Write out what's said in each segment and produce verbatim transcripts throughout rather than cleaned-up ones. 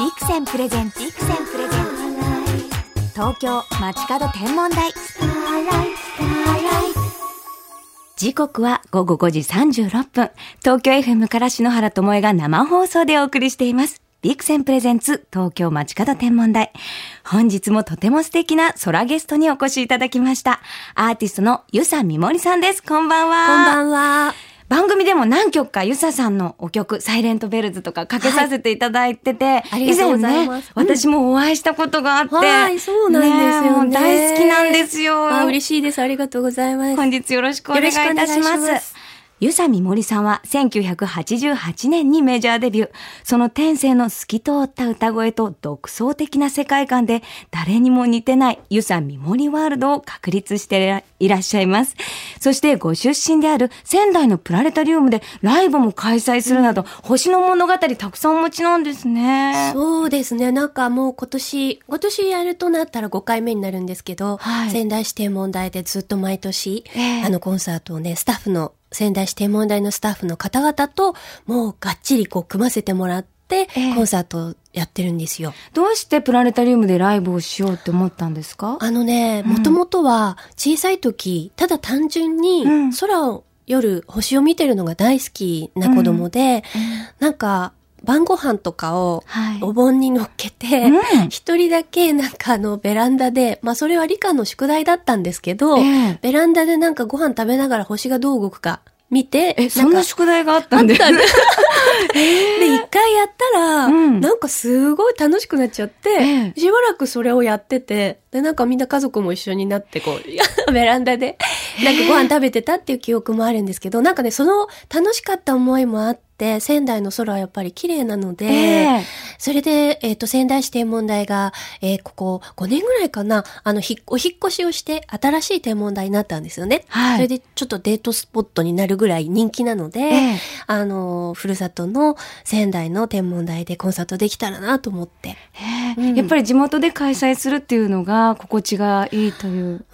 ビクセンプレゼンツビクセンプレゼンツ東京街角天文台。時刻は午後ごじさんじゅうろっぷん。東京 エフエム から篠原智恵が生放送でお送りしています。ビクセンプレゼンツ東京街角天文台。本日もとても素敵な空ゲストにお越しいただきました。アーティストの遊佐美森さんです。こんばんは。 こんばんは。 番組でも何曲か遊佐さんのお曲サイレントベルズとかかけさせていただいてて、はい、 ありがとうございます。 以前ね、うん、私もお会いしたことがあって、 はい、そうなんですよね。 ね、大好きなんですよ。 あ、嬉しいです。ありがとうございます。 本日よろしくお願いいたします。遊佐美森さんはせんきゅうひゃくはちじゅうはちねんにメジャーデビュー。その天性の透き通った歌声と独創的な世界観で誰にも似てない遊佐美森ワールドを確立していらっしゃいます。そしてご出身である仙台のプラネタリウムでライブも開催するなど、うん、星の物語たくさんお持ちなんですね。 そうですね。なんかもう今年、今年やるとなったらごかいめになるんですけど、はい、仙台市天文台でずっと毎年、えー、あのコンサートをね、スタッフの仙台市天文台のスタッフの方々ともうがっちりこう組ませてもらってコンサートをやってるんですよ。 えー、どうしてプラネタリウムでライブをしようって思ったんですか？ あのね、もともとは小さい時、ただ単純に空を、夜星を見てるのが大好きな子供で、うんうん、なんか晩ご飯とかをお盆に乗っけて、はい、一人だけなんかあのベランダで、まあそれは理科の宿題だったんですけど、えー、ベランダでなんかご飯食べながら星がどう動くか見て、 え、そんな宿題があったんですか？ あったで、一回やったら、うん、なんかすごい楽しくなっちゃって、えー、しばらくそれをやってて、で、なんかみんな家族も一緒になってこう、ベランダで、なんかご飯食べてたっていう記憶もあるんですけど、なんかね、その楽しかった思いもあって、仙台の空はやっぱり綺麗なので、えー、それで、えっと、仙台市天文台が、えー、ここごねんぐらいかな、あの、ひお引っ越しをして新しい天文台になったんですよね。はい、それでちょっとデートスポットになるぐらい人気なので、えー、あの、ふるさとの仙台の天文台でコンサートできたらなと思って。 うん、やっぱり地元で開催するっていうのが心地がいいという。 うん、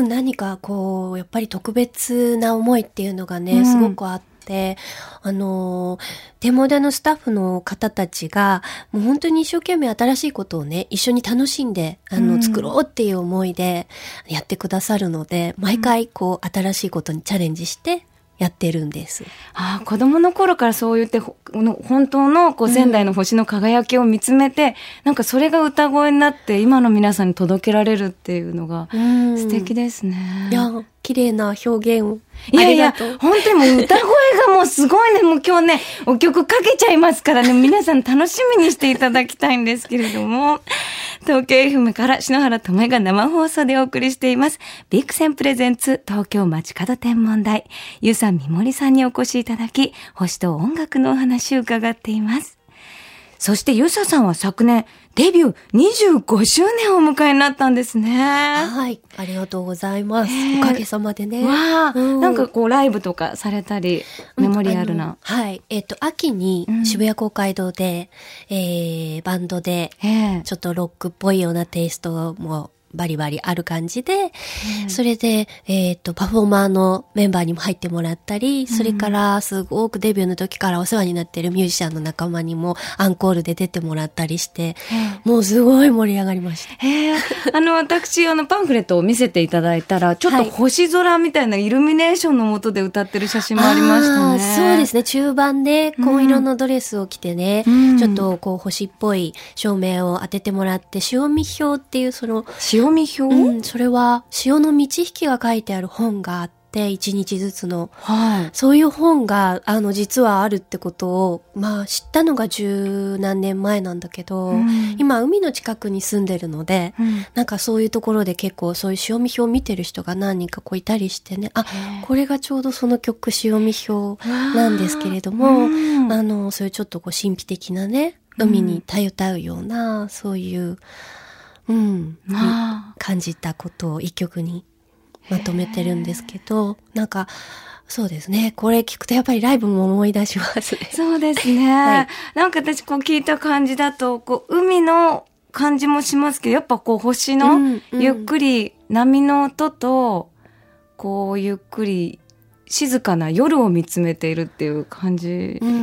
何かこう、やっぱり特別な思いっていうのがね、うん、すごくあって、で、あの、天文台のスタッフの方たちが、もう本当に一生懸命新しいことをね、一緒に楽しんで、あの、うん、作ろうっていう思いでやってくださるので、毎回こう、新しいことにチャレンジして、やってるんです。 ああ、子供の頃からそう言って本当のこう仙台の星の輝きを見つめて、うん、なんかそれが歌声になって今の皆さんに届けられるっていうのが素敵ですね。 いや、綺麗な表現を。 いやいや、本当にもう歌声がもうすごいね。もう今日ね、お曲かけちゃいますからね、皆さん楽しみにしていただきたいんですけれども、東京 エフエム から篠原智恵が生放送でお送りしています。ビクセンプレゼンツ東京街角天文台。遊佐美森さんにお越しいただき、星と音楽のお話を伺っています。そして遊佐さんは昨年デビューにじゅうごしゅうねんをお迎えになったんですね。 はい、ありがとうございます。えー、おかげさまでね。 わあ、うん、なんかこうライブとかされたり、メモリアルな。 うん、はい、えっと、秋に渋谷公会堂で、うん、えー、バンドで、ちょっとロックっぽいようなテイストも、バリバリある感じで、うん、それで、えっと、パフォーマーのメンバーにも入ってもらったり、うん、それからすごくデビューの時からお世話になっているミュージシャンの仲間にもアンコールで出てもらったりして、うん、もうすごい盛り上がりました。 へーあの、私、あの、パンフレットを見せていただいたら、ちょっと星空みたいなイルミネーションの下で歌ってる写真もありましたね。 そうですね。中盤で紺色のドレスを着てね、うん、ちょっとこう星っぽい照明を当ててもらって、潮見表っていうその、 潮見表、 うん、それは潮の満ち引きが書いてある本があって、一日ずつの、はい、そういう本があの実はあるってことをまあ知ったのが十何年前なんだけど、うん、今海の近くに住んでるので、うん、なんかそういうところで結構そういう潮見表を見てる人が何人かこういたりしてね、あ、これがちょうどその曲潮見表なんですけれども、うん、あのそういうちょっとこう神秘的なね、海にたゆたうような、うん、そういううん、感じたことを一曲にまとめてるんですけど、なんかそうですね、これ聞くとやっぱりライブも思い出しますね。 そうですね、はい、なんか私こう聞いた感じだとこう海の感じもしますけど、やっぱこう星のゆっくり波の音とこうゆっくり静かな夜を見つめているっていう感じ、 うん、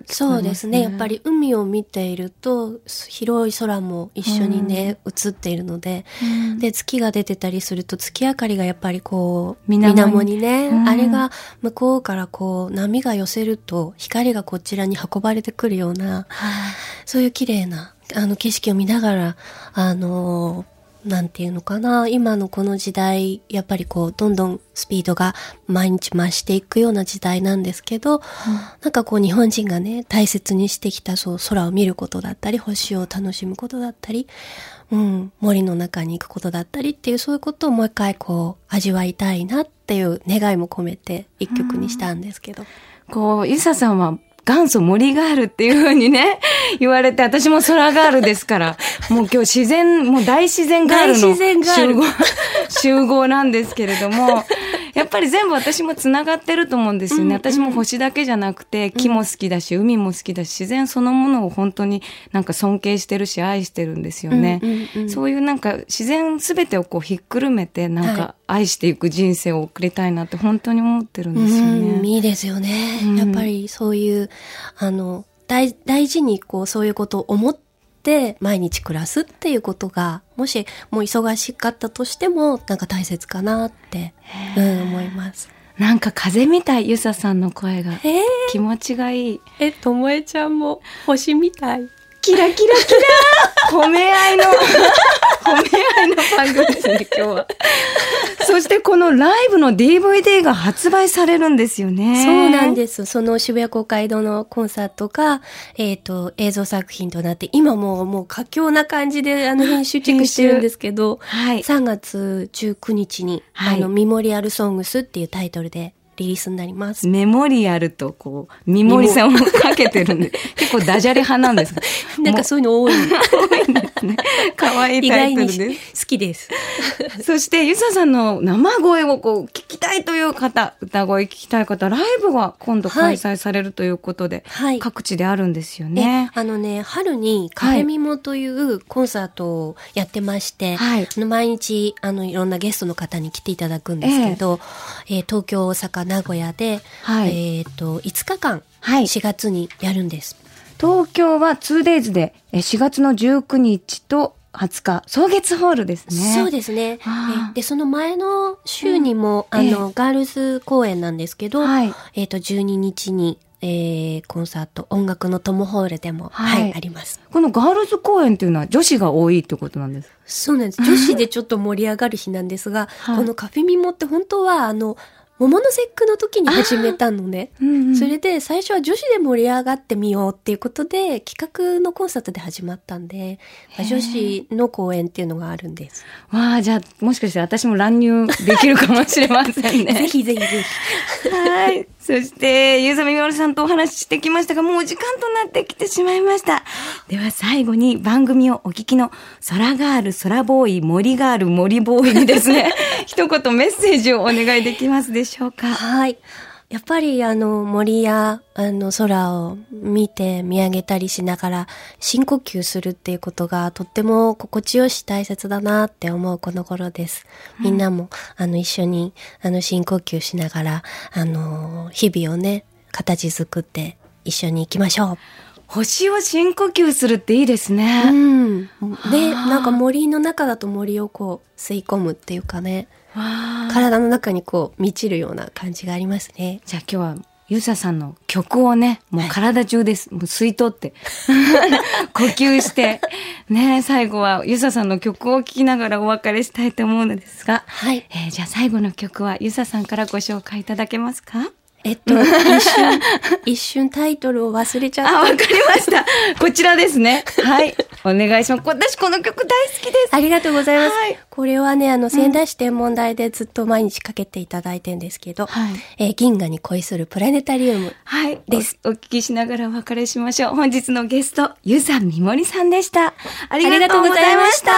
そうですね。やっぱり海を見ていると広い空も一緒にね、うん、映っているので、うん、で月が出てたりすると月明かりがやっぱりこう水面にね、うん、あれが向こうからこう波が寄せると光がこちらに運ばれてくるような、うん、そういう綺麗なあの景色を見ながらあのなんていうのかな、今のこの時代やっぱりこうどんどんスピードが毎日増していくような時代なんですけど、うん、なんかこう日本人がね大切にしてきたそう空を見ることだったり星を楽しむことだったり、うん、森の中に行くことだったりっていうそういうことをもう一回こう味わいたいなっていう願いも込めて一曲にしたんですけど、 うん、こうゆささんは元祖森ガールっていう風にね言われて、私も空ガールですからもう今日自然もう大自然ガールの集合集合なんですけれども、やっぱり全部私もつながってると思うんですよね、うんうん、私も星だけじゃなくて木も好きだし海も好きだし自然そのものを本当になんか尊敬してるし愛してるんですよね、うんうんうん、そういうなんか自然すべてをこうひっくるめてなんか愛していく人生を送りたいなって本当に思ってるんですよね、 うん、いいですよね、うん、やっぱりそういうあの 大, 大事にこうそういうことを思って毎日暮らすっていうことがもしもう忙しかったとしてもなんか大切かなって、うん、思います。 なんか風みたい、ゆささんの声が気持ちがいい。 え、ともえちゃんも星みたい。 キラキラキラ褒め合いの褒め合いの番組ですね今日は。そしてこのライブの ディーブイディー が発売されるんですよね。 そうなんです。その渋谷公会堂のコンサートが、えっと、映像作品となって、今もう、もう佳境な感じで、あの、編集チェックしてるんですけど、はい、さんがつじゅうくにちに、はい、あの、ミモリアルソングスっていうタイトルで、リリースになります。 メモリアルとこうミモリさんをかけてるんで結構ダジャレ派なんですか。 なんかそういうの多い多いんですね。可愛いタイトルです。 好きです。 そしてゆささんの生声をこう聞きたいという方、歌声聞きたい方、ライブが今度開催されるということで、はい、各地であるんですよね。 あのね、春にカフェミモというコンサートをやってまして、はい、あの毎日あのいろんなゲストの方に来ていただくんですけど、えーえー、東京、大阪、名古屋で、はい、えっと、いつかかん、しがつにやるんです。 東京は ツーデイズ でしがつのじゅうくにちとはつか、草月ホールですね。 そうですね。で、その前の週にも、うん、あの、えー、ガールズ公演なんですけど、はい、えっと、じゅうににちに、えー、コンサート、音楽のトモホールでも、はい、はい、あります。 このガールズ公演っていうのは女子が多いってことなんですか？ そうなんです。女子でちょっと盛り上がる日なんですが、はい、このカフェミモって本当は、あの、桃の節句の時に始めたのね、うんうん、それで最初は女子で盛り上がってみようっていうことで企画のコンサートで始まったんで、女子の公演っていうのがあるんです。 わあ、じゃあもしかして私も乱入できるかもしれませんね。 ぜひぜひぜひ。 はい。そしてゆうさみみおるさんとお話ししてきましたが、もう時間となってきてしまいました。では最後に番組をお聞きの空ガール、空ボーイ、森ガール、森ボーイにですね一言メッセージをお願いできますでしょうか。 はい。やっぱりあの森やあの空を見て見上げたりしながら深呼吸するっていうことがとっても心地よし大切だなって思うこの頃です。みんなも、うん、あの一緒にあの深呼吸しながらあの日々をね形作って一緒に行きましょう。 星を深呼吸するっていいですね。 うん。で、なんか森の中だと森をこう吸い込むっていうかね。体の中にこう満ちるような感じがありますね。 じゃあ今日はゆささんの曲をね、もう体中です、はい、もう吸い取って呼吸してね、最後はゆささんの曲を聴きながらお別れしたいと思うのですが、はい、えー、じゃあ最後の曲はゆささんからご紹介いただけますか？ えっと、一瞬、一瞬タイトルを忘れちゃった。 あ、わかりました。こちらですね。はい。お願いします。私この曲大好きです。 ありがとうございます。はい、これはね、あの、仙台市天文台でずっと毎日かけていただいてるんですけど、はい、えー、銀河に恋するプラネタリウムです。 はい。お, お聞きしながらお別れしましょう。本日のゲスト、ゆさみもりさんでした。ありがとうございました。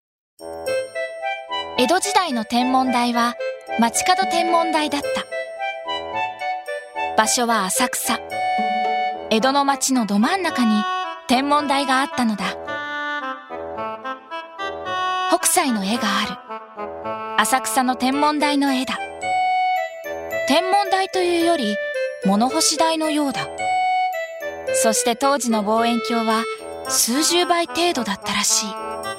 江戸時代の天文台は街角天文台だった。場所は浅草。江戸の町のど真ん中に天文台があったのだ。北斎の絵がある。浅草の天文台の絵だ。 天文台というより物干し台のようだ。そして当時の望遠鏡は数十倍程度だったらしい。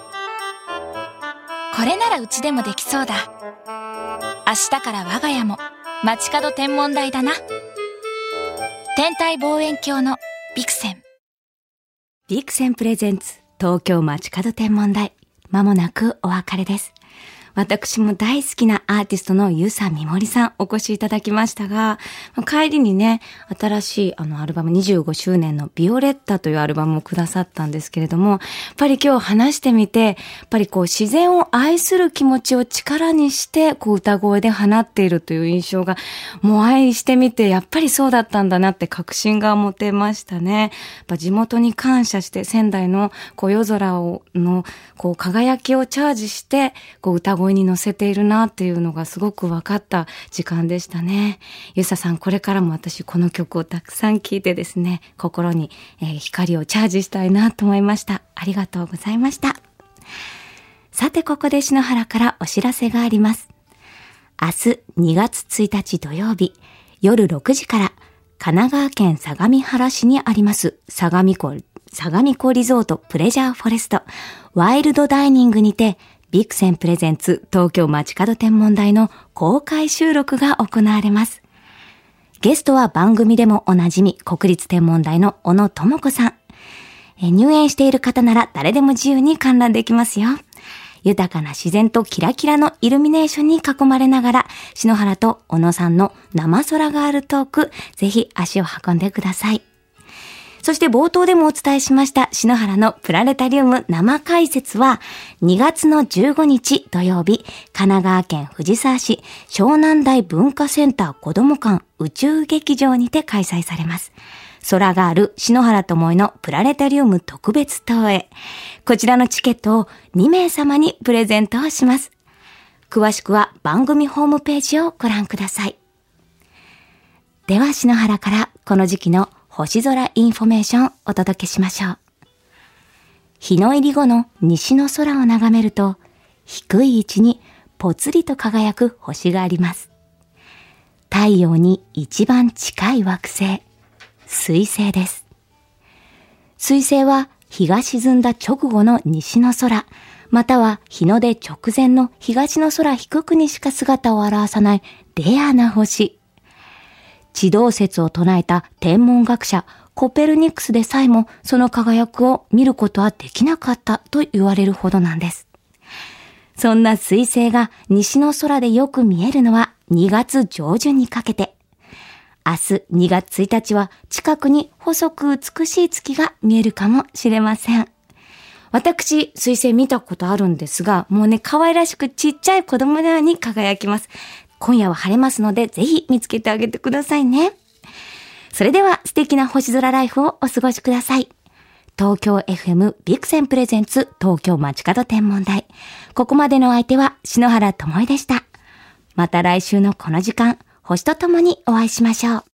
これならうちでもできそうだ。明日から我が家も街角天文台だな。天体望遠鏡のビクセン。 ビクセンプレゼンツ東京街角天文台、まもなくお別れです。私も大好きなアーティストの遊佐美森さんお越しいただきましたが、帰りにね、新しいあのアルバムにじゅうごしゅうねんのビオレッタというアルバムをくださったんですけれども、やっぱり今日話してみて、やっぱりこう自然を愛する気持ちを力にしてこう歌声で放っているという印象が、もう愛してみてやっぱりそうだったんだなって確信が持てましたね。やっぱ地元に感謝して仙台のこう夜空をのこう輝きをチャージしてこう歌声に乗せているなっていうのがすごく分かった時間でしたね。ゆささん、これからも私この曲をたくさん聴いてですね、心に、えー、光をチャージしたいなと思いました。ありがとうございました。さて、ここで篠原からお知らせがあります。明日にがつついたち土曜日夜ろくじから神奈川県相模原市にあります相模湖相模湖リゾートプレジャーフォレストワイルドダイニングにてビクセンプレゼンツ東京街角天文台の公開収録が行われます。ゲストは番組でもおなじみ国立天文台の小野智子さん。え入園している方なら誰でも自由に観覧できますよ。豊かな自然とキラキラのイルミネーションに囲まれながら、篠原と小野さんの生空があるトーク、ぜひ足を運んでください。そして冒頭でもお伝えしました篠原のプラネタリウム生解説はにがつのじゅうごにち土曜日、神奈川県藤沢市湘南台文化センター子ども館宇宙劇場にて開催されます。空がある篠原智恵のプラネタリウム特別投影。こちらのチケットをにめいさまにプレゼントをします。詳しくは番組ホームページをご覧ください。では篠原からこの時期の星空インフォメーションをお届けしましょう。日の入り後の西の空を眺めると、低い位置にぽつりと輝く星があります。太陽に一番近い惑星、水星です。水星は日が沈んだ直後の西の空、または日の出直前の東の空低くにしか姿を現さないレアな星。地動説を唱えた天文学者コペルニクスでさえもその輝きを見ることはできなかったと言われるほどなんです。そんな水星が西の空でよく見えるのはにがつじょうじゅんにかけて。明日にがつついたちは近くに細く美しい月が見えるかもしれません。私、水星見たことあるんですが、もうね、可愛らしくちっちゃい子供のように輝きます。今夜は晴れますので、ぜひ見つけてあげてくださいね。それでは素敵な星空ライフをお過ごしください。東京 エフエム ビクセンプレゼンツ東京街角天文台。ここまでの相手は篠原智恵でした。また来週のこの時間、星とともにお会いしましょう。